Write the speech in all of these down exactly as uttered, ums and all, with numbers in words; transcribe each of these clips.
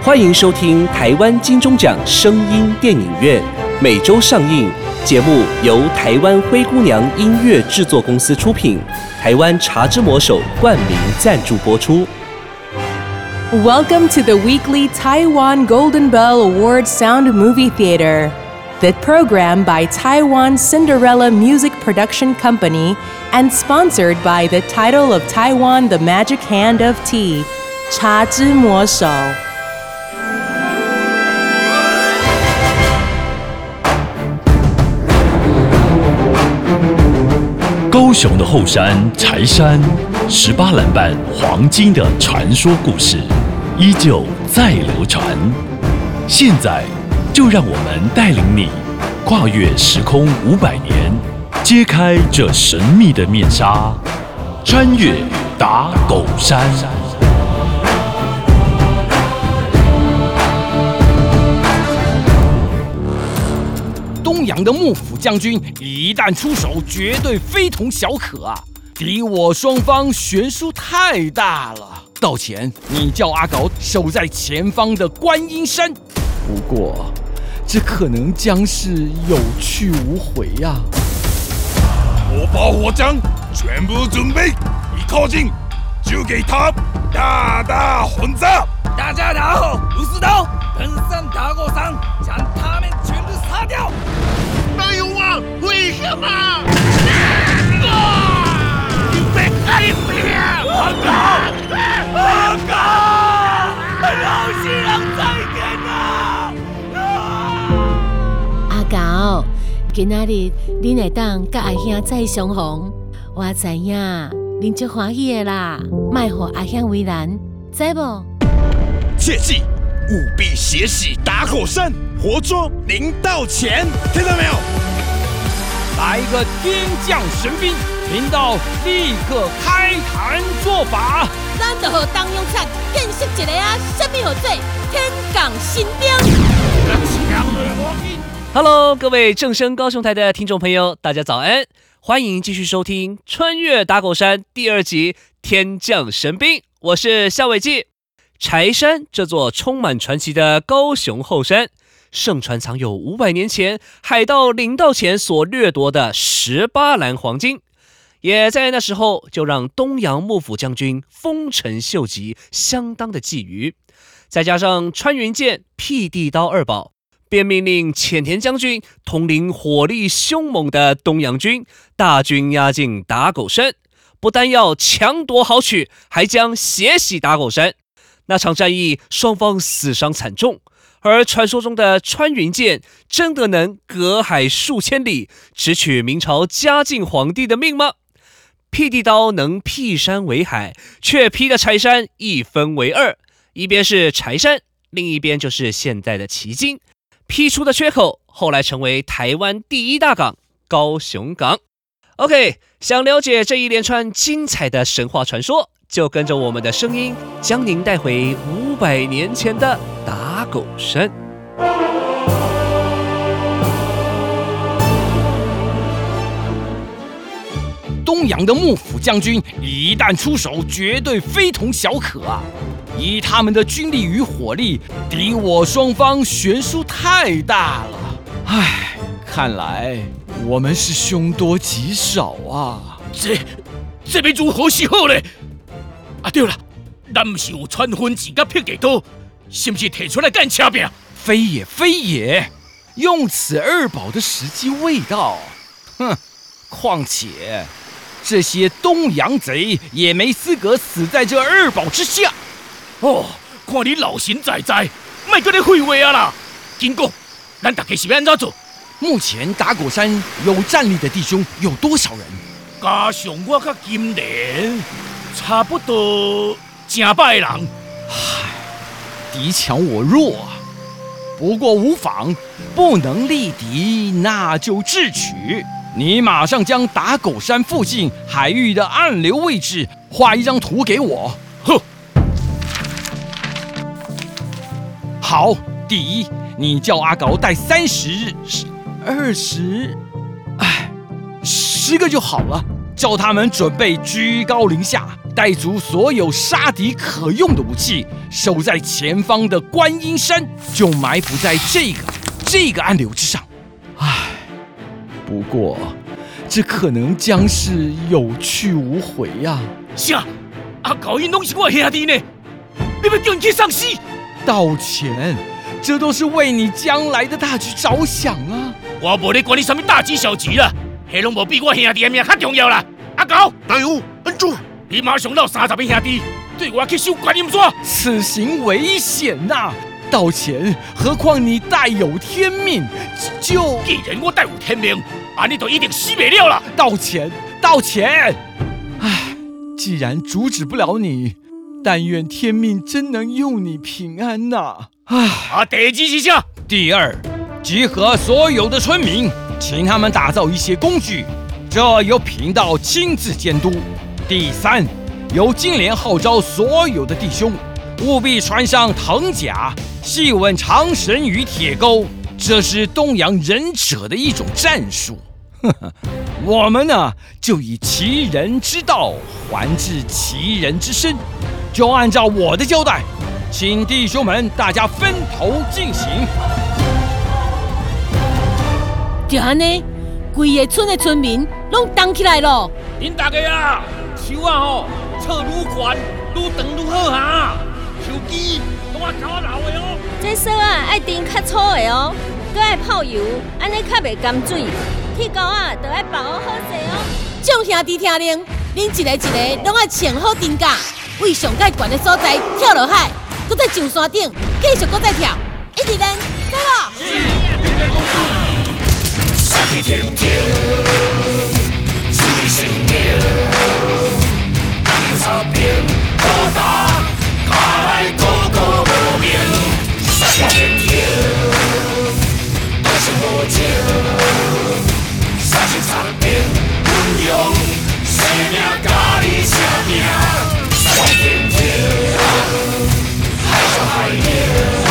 欢迎收听台湾金钟奖声音电影院，每周上映。节目由台湾灰姑娘音乐制作公司出品，台湾茶之魔手冠名赞助播出。 Welcome to the weekly Taiwan Golden Bell Award Sound Movie Theater. The program by Taiwan Cinderella Music Production Company and sponsored by the title of Taiwan The Magic Hand of Tea, 茶之魔手。 高雄的后山柴山，十八篮瓣黄金的传说故事，依旧在流传。现在，就让我们带领你跨越时空五百年，揭开这神秘的面纱，穿越打狗山。 东洋的幕府将军一旦出手，绝对非同小可啊！敌我双方悬殊太大了。到前，你叫阿搞守在前方的观音山，不过这可能将是有去无回呀、啊。 火炮火枪全部准备，一靠近就给他大大轰炸！ 大家打好，武士刀登上打狗山，将他们全部杀掉！ 没有啊，危险啊！啊！你别开火！阿狗，阿狗，老是人在见啊！ 阿狗，今仔日恁会当甲阿兄再相逢，我知影恁足欢喜的啦，莫互阿兄为难，知无？ 切记，务必血洗打狗山，活捉林道乾，听到没有？ 来一个天降神兵，频道立刻开坛做法。 咱就和当勇产见识一个啊，什么好做天降神兵。 Hello， 各位正声高雄台的听众朋友，大家早安，欢迎继续收听《穿越打狗山》第二集《天降神兵》，我是夏伟记。柴山这座充满传奇的高雄后山，盛传藏有五百年前海盗林道乾所掠夺的十八篮黄金，也在那时候就让东洋幕府将军丰臣秀吉相当的觊觎，再加上穿云箭、辟地刀二宝，便命令浅田将军统领火力凶猛的东洋军，大军压境打狗山，不但要强夺豪取，还将血洗打狗山。那场战役，双方死伤惨重，而传说中的穿云箭真的能隔海数千里，直取明朝嘉靖皇帝的命吗？辟地刀能辟山为海，却劈的柴山一分为二，一边是柴山，另一边就是现在的旗津。劈出的缺口，后来成为台湾第一大港高雄港。OK， 想了解这一连串精彩的神话传说，就跟着我们的声音，将您带回五百年前的打狗山。 东洋的幕府将军一旦出手，绝对非同小可啊！以他们的军力与火力，敌我双方悬殊太大了。唉，看来我们是凶多吉少啊！ 这这要如何是好呢？啊对了，咱不是有传分子甲辟地刀，是不是提出来干车拼？ 非也非也，用此二宝的时机未到。哼，况且这些东洋贼也没资格死在这二宝之下。 哦，看你老神在在，莫搁咧废话啊啦！经过，咱大家是要安怎做？ 目前打狗山有战力的弟兄有多少人？ 加上我甲金莲，差不多成百人。 唉，敌强我弱啊。不过无妨，不能力敌，那就智取。你马上将打狗山附近海域的暗流位置画一张图给我。 呵。 好，第一，你叫阿搞带三十、二十，哎，十个就好了。叫他们准备居高临下， 带足所有杀敌可用的武器，守在前方的观音山，就埋伏在这个这个暗流之上。唉，不过这可能将是有去无回呀、啊。 啥？阿狗因拢是我兄弟呢，你要叫人去丧死？ 道歉，这都是为你将来的大局着想啊！ 我无咧管你什么大吉小吉啦，迄拢无比我兄弟的命较重要啦。阿狗， 大夫，恩主， 你马上闹三十个兄弟，对我去收观音山。 此行危险呐、啊！道歉，何况你带有天命，就既然我带有天命，安尼就一定死袂了啦！ 道歉，道歉！唉，既然阻止不了你，但愿天命真能佑你平安呐、啊！唉， 啊，第二是啥？ 第二，集合所有的村民，请他们打造一些工具，这由贫道亲自监督。第三，由金莲号召所有的弟兄，务必穿上藤甲，系稳长绳与铁钩，这是东洋忍者的一种战术。呵呵，我们呢，就以其人之道还治其人之身，就按照我的交代，请弟兄们大家分头进行。 就安尼，规个村的村民拢动起来了。 恁大家啊，手啊吼，扯愈宽愈长愈好哈，手机拢啊搞老的哦。 这手啊爱钉较粗的哦，搁爱泡油，安尼较袂沾水。铁钩啊，就爱把握好势哦。 众兄弟听令，恁一个一个拢爱穿好钉架，为上界悬的所在跳落海，搁再上山顶，继续搁再跳，一直练，知无？ 杀气腾腾，注意身形，当草坪，好打，卡来个个无名。杀气腾腾，多心无情，杀气长兵，温勇，生命甲你相拼。杀气腾腾，海上海洋。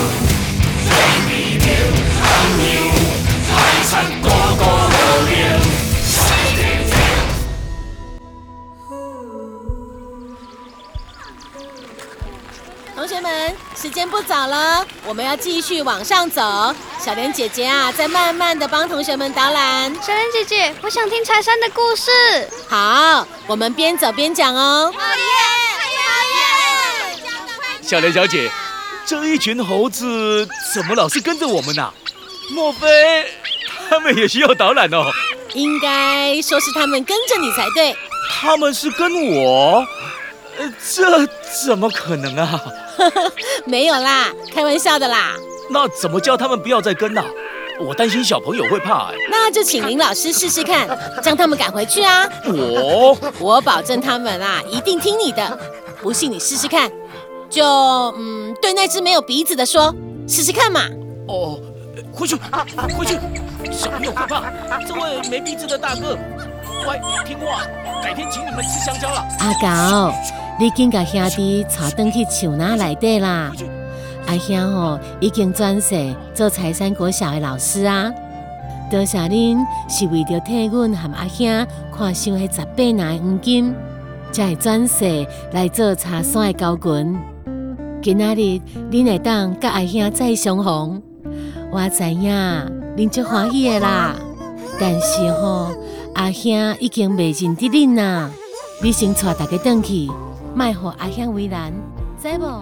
同学们，时间不早了，我们要继续往上走。小莲姐姐啊，在慢慢的帮同学们导览。 小莲姐姐，我想听柴山的故事。 好，我们边走边讲哦。 好耶！好耶！ 小莲小姐，这一群猴子怎么老是跟着我们啊？莫非他们也需要导览哦？ 应该说是他们跟着你才对。 他们是跟我？呃，这怎么可能啊？ 没有啦，开玩笑的啦。 那怎么叫他们不要再跟啊？我担心小朋友会怕哎。 那就请林老师试试看，将他们赶回去啊。 我我保证他们啊一定听你的，不信你试试看。就嗯，对那只没有鼻子的说，试试看嘛。 哦，回去，回去，小朋友会怕。这位没鼻子的大哥，乖听话，改天请你们吃香蕉了。 阿狗，你紧甲兄弟带转去树林内底啦。阿兄吼已经转世做柴山国小的老师啊。多谢恁是为着替阮和阿兄看上迄十八年的黄金，才会转世来做茶山的高群。今仔日恁会当甲阿兄再相逢，我知影恁足欢喜的啦。但是吼，阿兄已经袂认得恁啦。你先带大家转去，莫互阿兄为难，知无？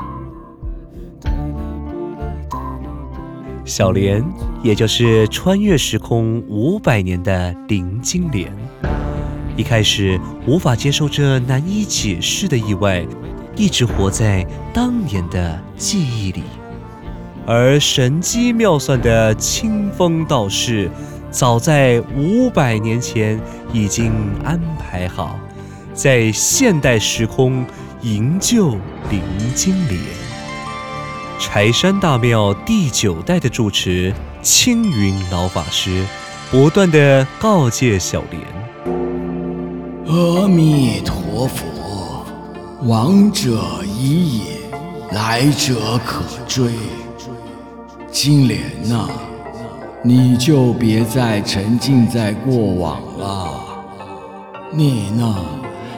小莲，也就是穿越时空五百年的林金莲，一开始无法接受这难以解释的意外，一直活在当年的记忆里。而神机妙算的清风道士，早在五百年前已经安排好，在现代时空营救林金莲。柴山大庙第九代的住持青云老法师，不断地告诫小莲： 阿弥陀佛，往者已矣，来者可追。金莲呐、啊，你就别再沉浸在过往了。你呢，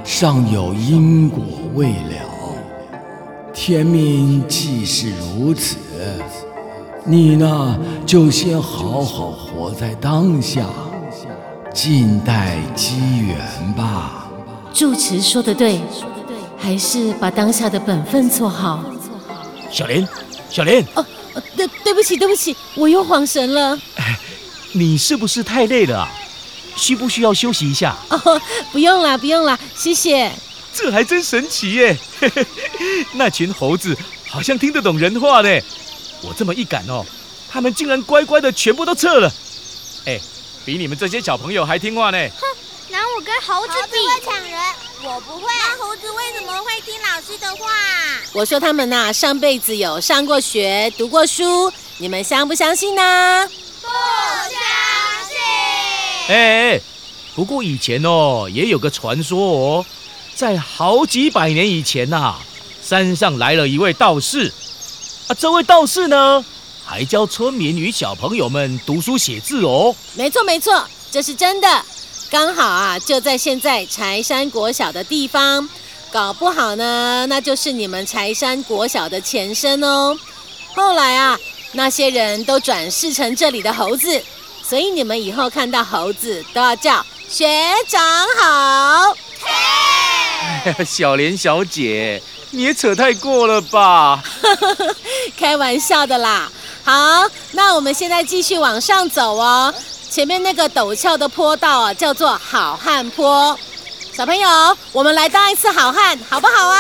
尚有因果未了。天命既是如此，你呢，就先好好活在当下，静待机缘吧。 住持说的对，还是把当下的本分做好。 小莲，小莲， 哦，对，对不起，对不起，我又晃神了。 你是不是太累了啊？需不需要休息一下？ 哦，不用啦，不用啦，谢谢。 这还真神奇耶！那群猴子好像听得懂人话呢。我这么一赶哦，他们竟然乖乖的全部都撤了。哎，比你们这些小朋友还听话呢。 哼，拿我跟猴子比， 猴子会抢人，我不会。那猴子为什么会听老师的话？ 我说他们呐、啊，上辈子有上过学、读过书，你们相不相信呢？ 不相信。 哎哎，不过以前哦，也有个传说哦。在好几百年以前呐、啊，山上来了一位道士，啊，这位道士呢，还教村民与小朋友们读书写字哦。 没错没错，这是真的。刚好啊，就在现在柴山国小的地方，搞不好呢，那就是你们柴山国小的前身哦。后来啊，那些人都转世成这里的猴子，所以你们以后看到猴子都要叫学长好。 小莲小姐，你也扯太过了吧？ 开玩笑的啦。好，那我们现在继续往上走哦。前面那个陡峭的坡道啊，叫做好汉坡。小朋友，我们来当一次好汉，好不好啊？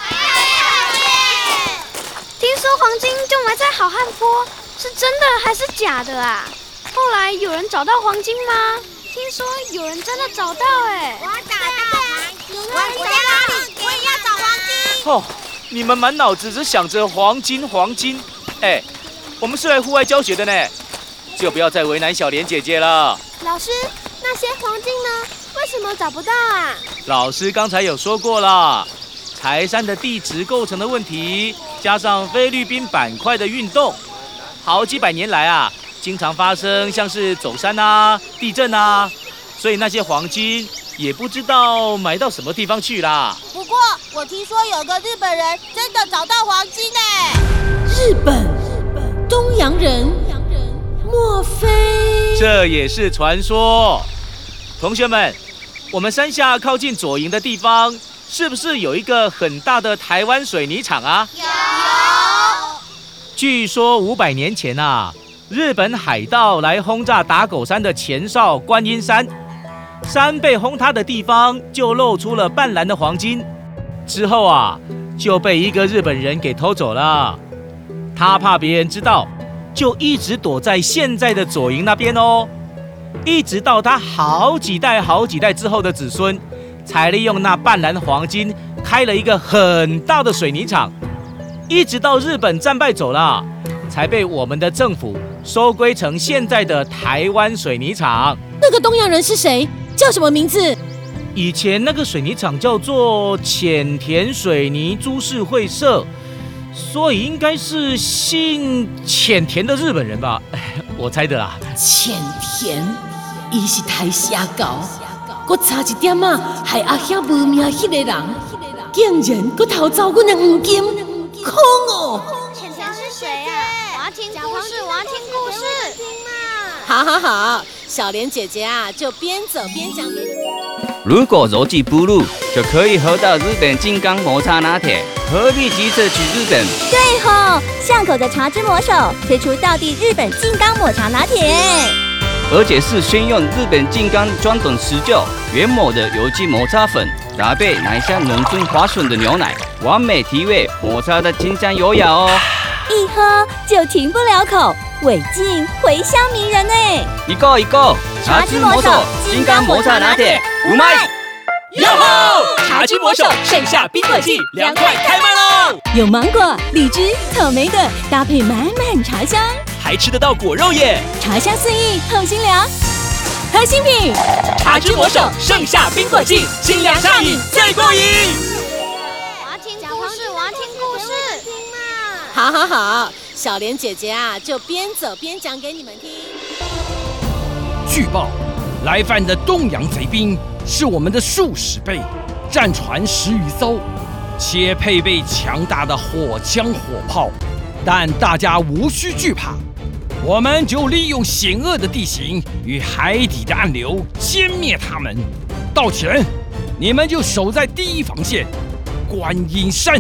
听说黄金就埋在好汉坡，是真的还是假的啊？后来有人找到黄金吗？听说有人真的找到哎、欸！ 我找到黄金，我在哪里？我也要找黄金。 哦，你们满脑子只想着黄金黄金，哎，我们是来户外教学的呢，就不要再为难小莲姐姐了。 老师，那些黄金呢？为什么找不到啊？ 老师刚才有说过了，柴山的地质构成的问题，加上菲律宾板块的运动，好几百年来啊。经常发生像是走山啊、地震啊，所以那些黄金也不知道埋到什么地方去啦。 不过我听说有个日本人真的找到黄金呢。 日本，东洋人，莫非？ 这也是传说。同学们，我们山下靠近左营的地方，是不是有一个很大的台湾水泥厂啊？ 有。 据说五百年前啊。日本海盗来轰炸打狗山的前哨观音山，山被轰塌的地方就露出了半蓝的黄金。之后啊，就被一个日本人给偷走了。他怕别人知道，就一直躲在现在的左营那边哦。一直到他好几代好几代之后的子孙，才利用那半蓝黄金开了一个很大的水泥厂。一直到日本战败走了，才被我们的政府收归成现在的台湾水泥厂。 那个东洋人是谁？叫什么名字？ 以前那个水泥厂叫做浅田水泥株式会社，所以应该是姓浅田的日本人吧？我猜的啦。 浅田，伊是台下搞，我差一点啊，害阿兄无命迄个人，竟然搁偷走阮的黄金，空哦！ 浅田是谁啊？我要听故事，我要听故事。 好好好，小莲姐姐啊，就边走边讲给你。 如果柔记不入，就可以喝到日本金刚抹茶拿铁，何必急着去日本？ 对吼，巷口的茶之魔手推出道地日本金刚抹茶拿铁， 而且是先用日本金刚专等持久原抹的有机抹茶粉，搭配奶香浓醇滑顺的牛奶，完美提味抹茶的清香优雅哦。 一喝就停不了口，尾劲回香迷人呢。 一个一个，茶之魔手金刚抹茶拿铁，五麦。 哟吼！茶之魔手盛夏冰果季凉快开卖喽！ 有芒果、荔枝、草莓的，搭配满满茶香， 还吃得到果肉耶！ 茶香四溢透心凉，喝新品。 茶之魔手盛夏冰果季，清凉畅饮最过瘾。 我要听故事，我要听故事。 好好好，小莲姐姐啊，就边走边讲给你们听。 据报，来犯的东洋贼兵是我们的数十倍， 战船十余艘，且配备强大的火枪火炮，但大家无需惧怕，我们就利用险恶的地形与海底的暗流歼灭他们。到前，你们就守在第一防线，观音山。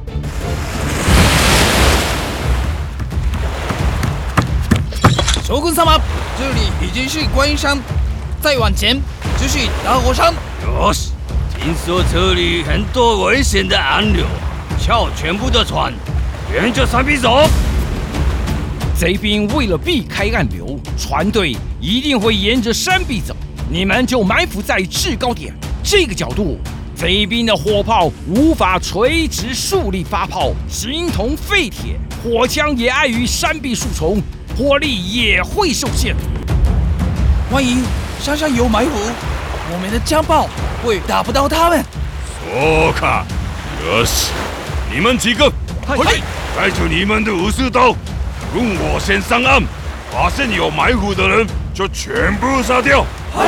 将军様，这里已经是观音山，再往前就是打火山。 有是，听说这里很多危险的暗流，叫全部的船沿着山壁走。 贼兵为了避开暗流，船队一定会沿着山壁走，你们就埋伏在制高点这个角度。贼兵的火炮无法垂直竖立发炮，形同废铁；火枪也碍于山壁树丛，火力也会受限。 万一山上有埋伏，我们的枪炮会打不到他们。 说看，有是，你们几个，带着你们的武士刀，容我先上岸，发现有埋伏的人就全部杀掉。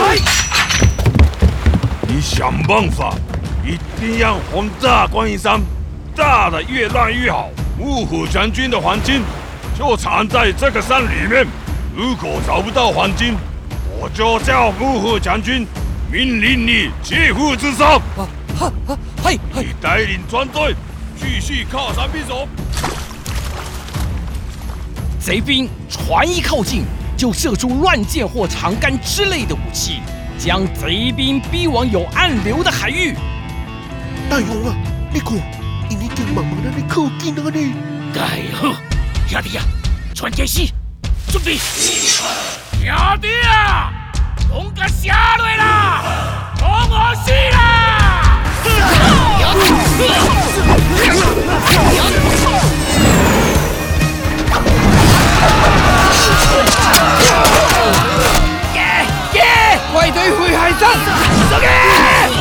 你想办法，一定要轰炸观音山，炸得越烂越好。幕府将军的黄金就藏在这个山里面，如果找不到黄金，我就叫幕府将军命令你切腹自杀。 啊哈哈，嘿， 你带领船队继续靠山壁走。 贼兵船一靠近，就射出乱箭或长杆之类的武器，将贼兵逼往有暗流的海域。 大勇啊，你看，因已经慢慢地在靠近了呢。 太好，兄弟啊，船开始，准备。兄弟啊，龙甲下落啦，同我死啦！ 耶耶！快退回海上！走开！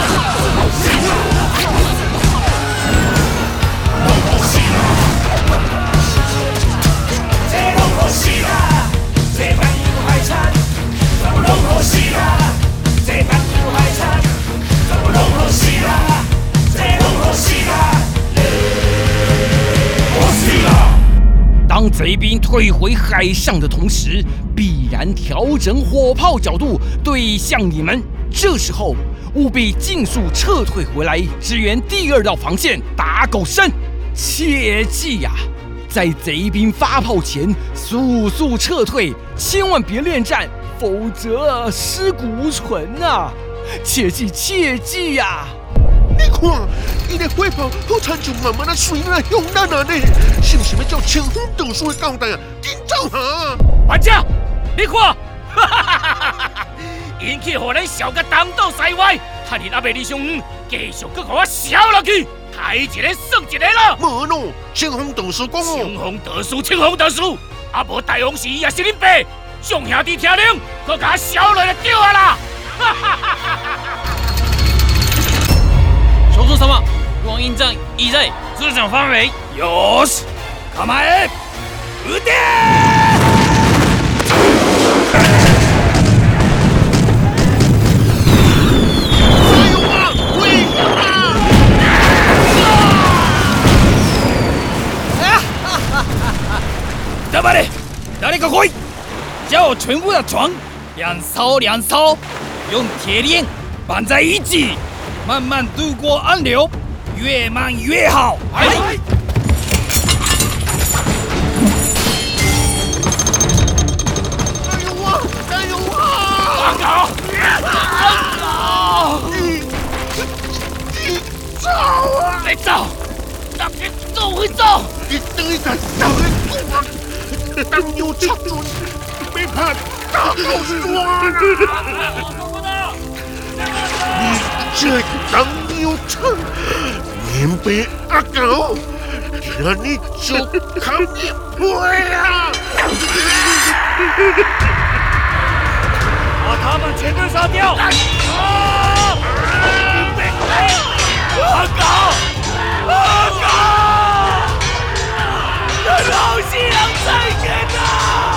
当贼兵退回海上的同时，必然调整火炮角度对向你们。这时候务必尽速撤退回来，支援第二道防线打狗山。切记呀、啊，在贼兵发炮前速速撤退，千万别恋战，否则尸骨无存啊！切记切记呀、啊！ 你看，伊的火炮好亲像慢慢的水来向咱啊呢，是不是要照清风倒数的交代啊？紧走下！ 玩家，你看，哈哈哈哈哈哈！因去互咱烧甲东倒西歪，他日阿伯你上午继续搁互我烧落去，抬一个算一个咯。 无咯，清风倒数讲哦。 清风倒数，清风倒数，啊无大王时也是恁爸，众兄弟听令，搁甲我烧落就对啊啦！哈哈哈哈哈哈！ 少主様，观音站已在自掌范围。 よし、構え、撃て！ 黙れ！誰か来い！叫全部的船两艘两艘，用铁链绑在一起，慢慢渡过暗流，越慢越好。哎！ 加油啊！加油啊！ 阿狗！阿狗！ 你你走啊！ 你走！让你走会走！ 你对他走的多。当有插准，没怕打狗栓啊！你这当有唱，连被阿狗，让你就靠你背啊！ 把他们全部杀掉！啊！阿狗！阿狗！这老西洋再见呐！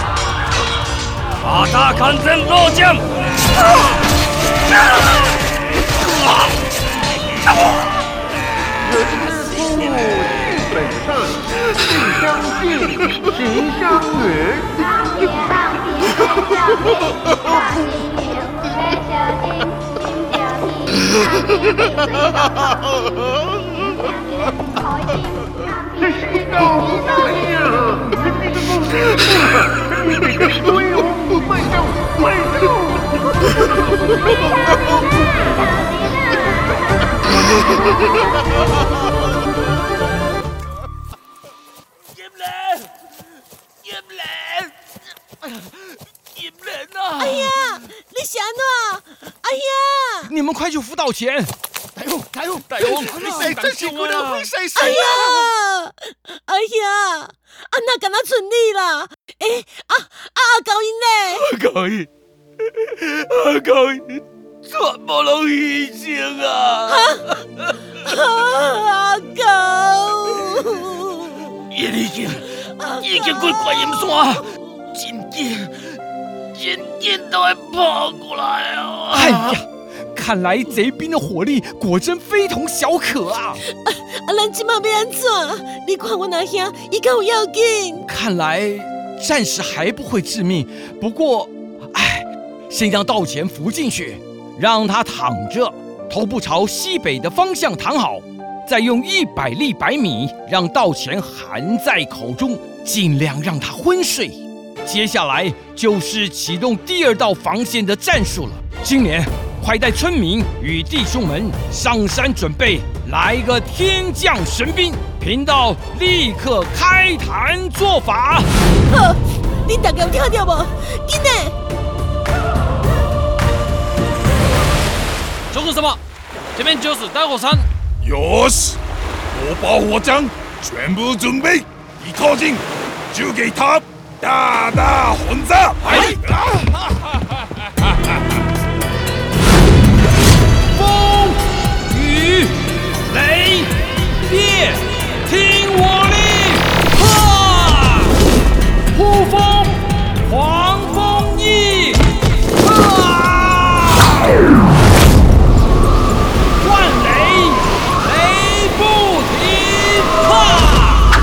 把他砍成肉酱！ 本善，性相近，行相远。 当天当天爱相陪，大心情，爱相亲，心相亲，当天最最好， 这是高兴呀！你的梦想，你得跟随我，迈向迈向。 哎呀，你是安怎？哎呀！ 你们快去辅导前！ 大勇，大勇，大勇，你谁真是鬼人会谁谁哎呀，哎呀，啊那敢若剩你啦？诶、欸，啊啊高音咧？ 高音，啊高音，全部拢牺牲啊！ 啊高， 伊已经已经过观音山，真紧真紧都会跑过来哦！ 哎呀！看来贼兵的火力果真非同小可啊！ 啊，咱即马要安怎？你看我那兄，伊敢有要紧？ 看来暂时还不会致命，不过，哎，先将道前扶进去，让他躺着，头部朝西北的方向躺好，再用一百粒白米让道前含在口中，尽量让他昏睡。接下来就是启动第二道防线的战术了。今年。快带村民与弟兄们上山准备，来个天降神兵！频道立刻开坛做法。 好，恁大家有听到无？紧嘞！ 说什么？这边就是大火山。 有事，我把火枪全部准备，一靠近就给他大大轰炸！哎！ 雨雷电，听我令！哈！呼风狂风翼！啊！万雷，雷不停！哈！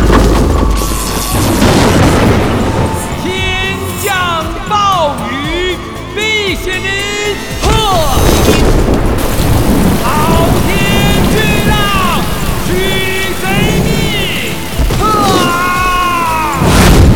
天降暴雨，必显灵！呵！好天巨浪，驱贼逆！啊！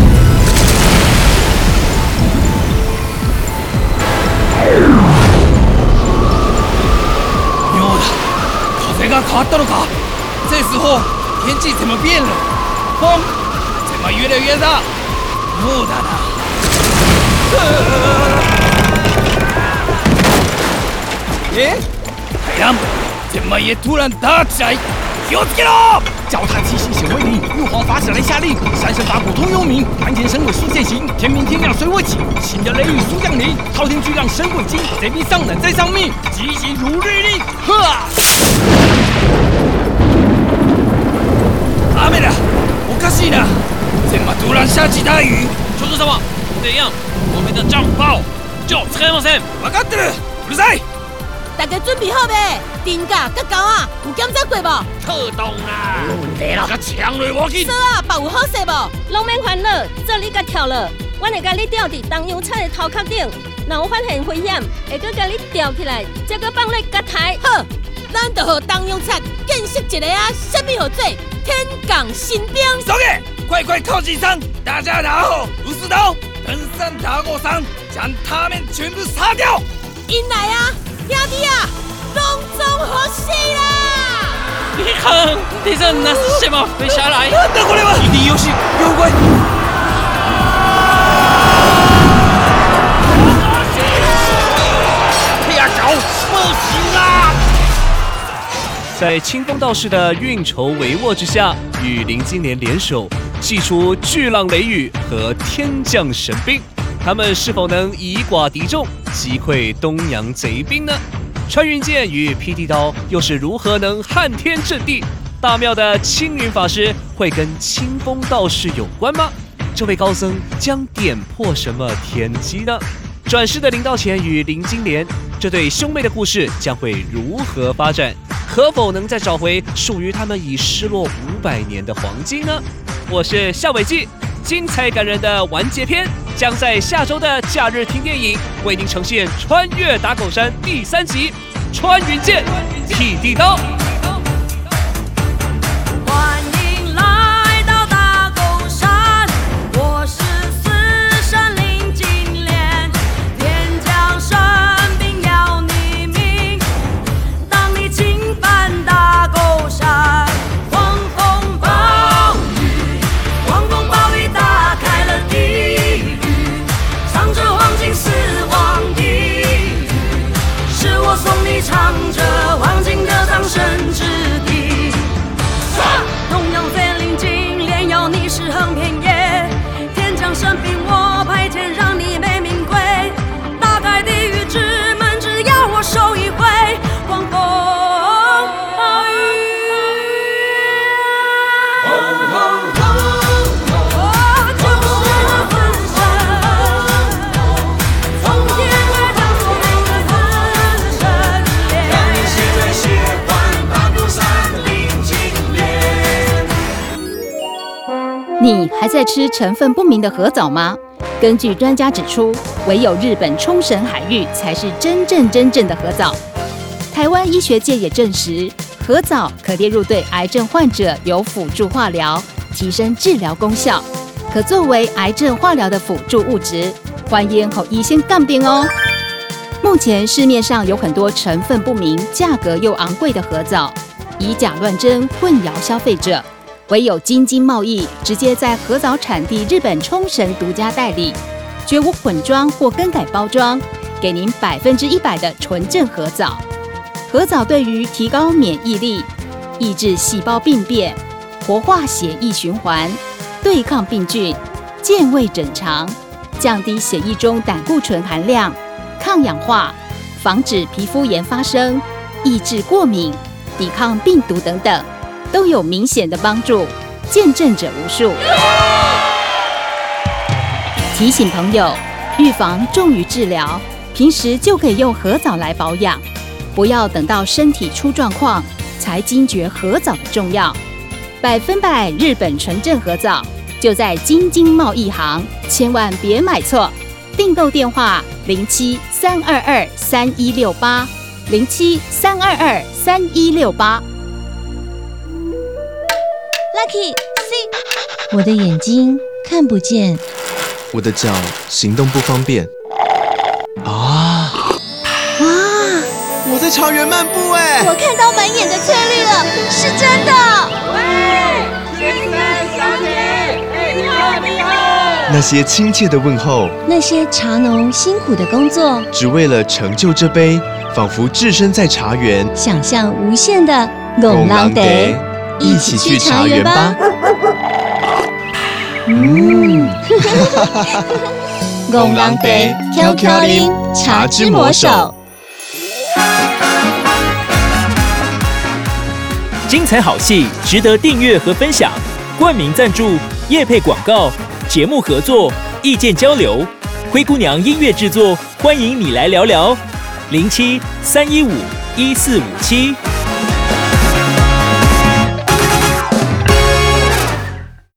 妙的，風が変わったのか？这时候天气怎么变了？风怎么越来越大？妙だな！哎，太阳怎么也突然大起来？気をつけろ！ 脚踏七星显威灵，玉皇法使来下令，三声打鼓通幽冥，盘前神鬼速现形，天明天亮随我起，新的雷雨速降临，滔天巨浪神鬼惊，贼兵上胆在上命，急行如律令，呵！ 雨だ！おかしいな！怎么突然下起大雨？说说什么？怎样？我们的战炮就使えません。分かってる！うるさい！ 大家准备好未？丁架甲钩啊，有检查过无？ 特动啊！没问题啦！甲抢落我去！ 锁啊，包有好势无？ 拢免烦恼，做你甲跳了，我会甲你吊伫东洋菜的头壳顶，若有发现危险，会阁甲你吊起来，再阁放落甲台。 好，咱就和东洋菜建设一个啊，什么合作？天降新兵！ 走给，快快靠近上，大家打好，武士刀，登上打过山，将他们全部杀掉！ 因来啊！兄弟啊，隆中好戏啦！ 你看，地上那是什么飞下来？等过来吧！一定有戏，有鬼！哎呀，搞不行啦！ 在清风道士的运筹帷幄之下，与林金莲联手，祭出巨浪雷雨和天降神兵。他们是否能以寡敌众，击溃东洋贼兵呢？穿云箭与霹雳刀又是如何能撼天震地？大庙的青云法师会跟清风道士有关吗？这位高僧将点破什么天机呢？ 转世的林道乾与林金莲这对兄妹的故事将会如何发展？可否能再找回属于他们已失落五百年的黄金呢？我是夏伟记，精彩感人的完结篇将在下周的假日听电影为您呈现《穿越打狗山》第三集《穿云箭，劈地刀》。 唱着黄金的葬身之地，同样飞临金莲，要你尸横遍野，天降神兵，我派遣让你没名归，打开地狱之门，只要我手一挥，狂风暴雨。 你还在吃成分不明的河藻吗？根据专家指出，唯有日本冲绳海域才是真正真正的河藻。台湾医学界也证实，河藻可列入对癌症患者有辅助化疗，提升治疗功效，可作为癌症化疗的辅助物质。欢迎和医生杠定哦。目前市面上有很多成分不明、价格又昂贵的河藻，以假乱真，混淆消费者。唯有京津贸易直接在河藻产地日本冲绳独家代理，绝无混装或更改包装，给您百分之一百的纯正河藻。河藻对于提高免疫力、抑制细胞病变、活化血液循环、对抗病菌、健胃整肠、降低血液中胆固醇含量、抗氧化、防止皮肤炎发生、抑制过敏、抵抗病毒等等，都有明显的帮助，见证者无数。提醒朋友，预防重于治疗，平时就可以用河藻来保养，不要等到身体出状况才惊觉河藻的重要。百分百日本纯正河藻就在京津贸易行，千万别买错。订购电话零七三二二三一六八零七三二二三一六八。 Lucky see， 我的眼睛看不见， 我的脚行动不方便。啊！ 哇！ 我在茶园漫步哎！ 我看到满眼的翠绿了，是真的！ 喂，先生小姐，哎，你好，你好！ 那些亲切的问候， 那些茶农辛苦的工作， 只为了成就这杯，仿佛置身在茶园， 想象无限的拱廊得。 一起去茶园吧。 嗯，拱廊得悄悄啉茶之魔手。 精彩好戏值得订阅和分享，冠名赞助、业配广告、节目合作、意见交流，灰姑娘音乐制作，欢迎你来聊聊。零七三一五一四五七。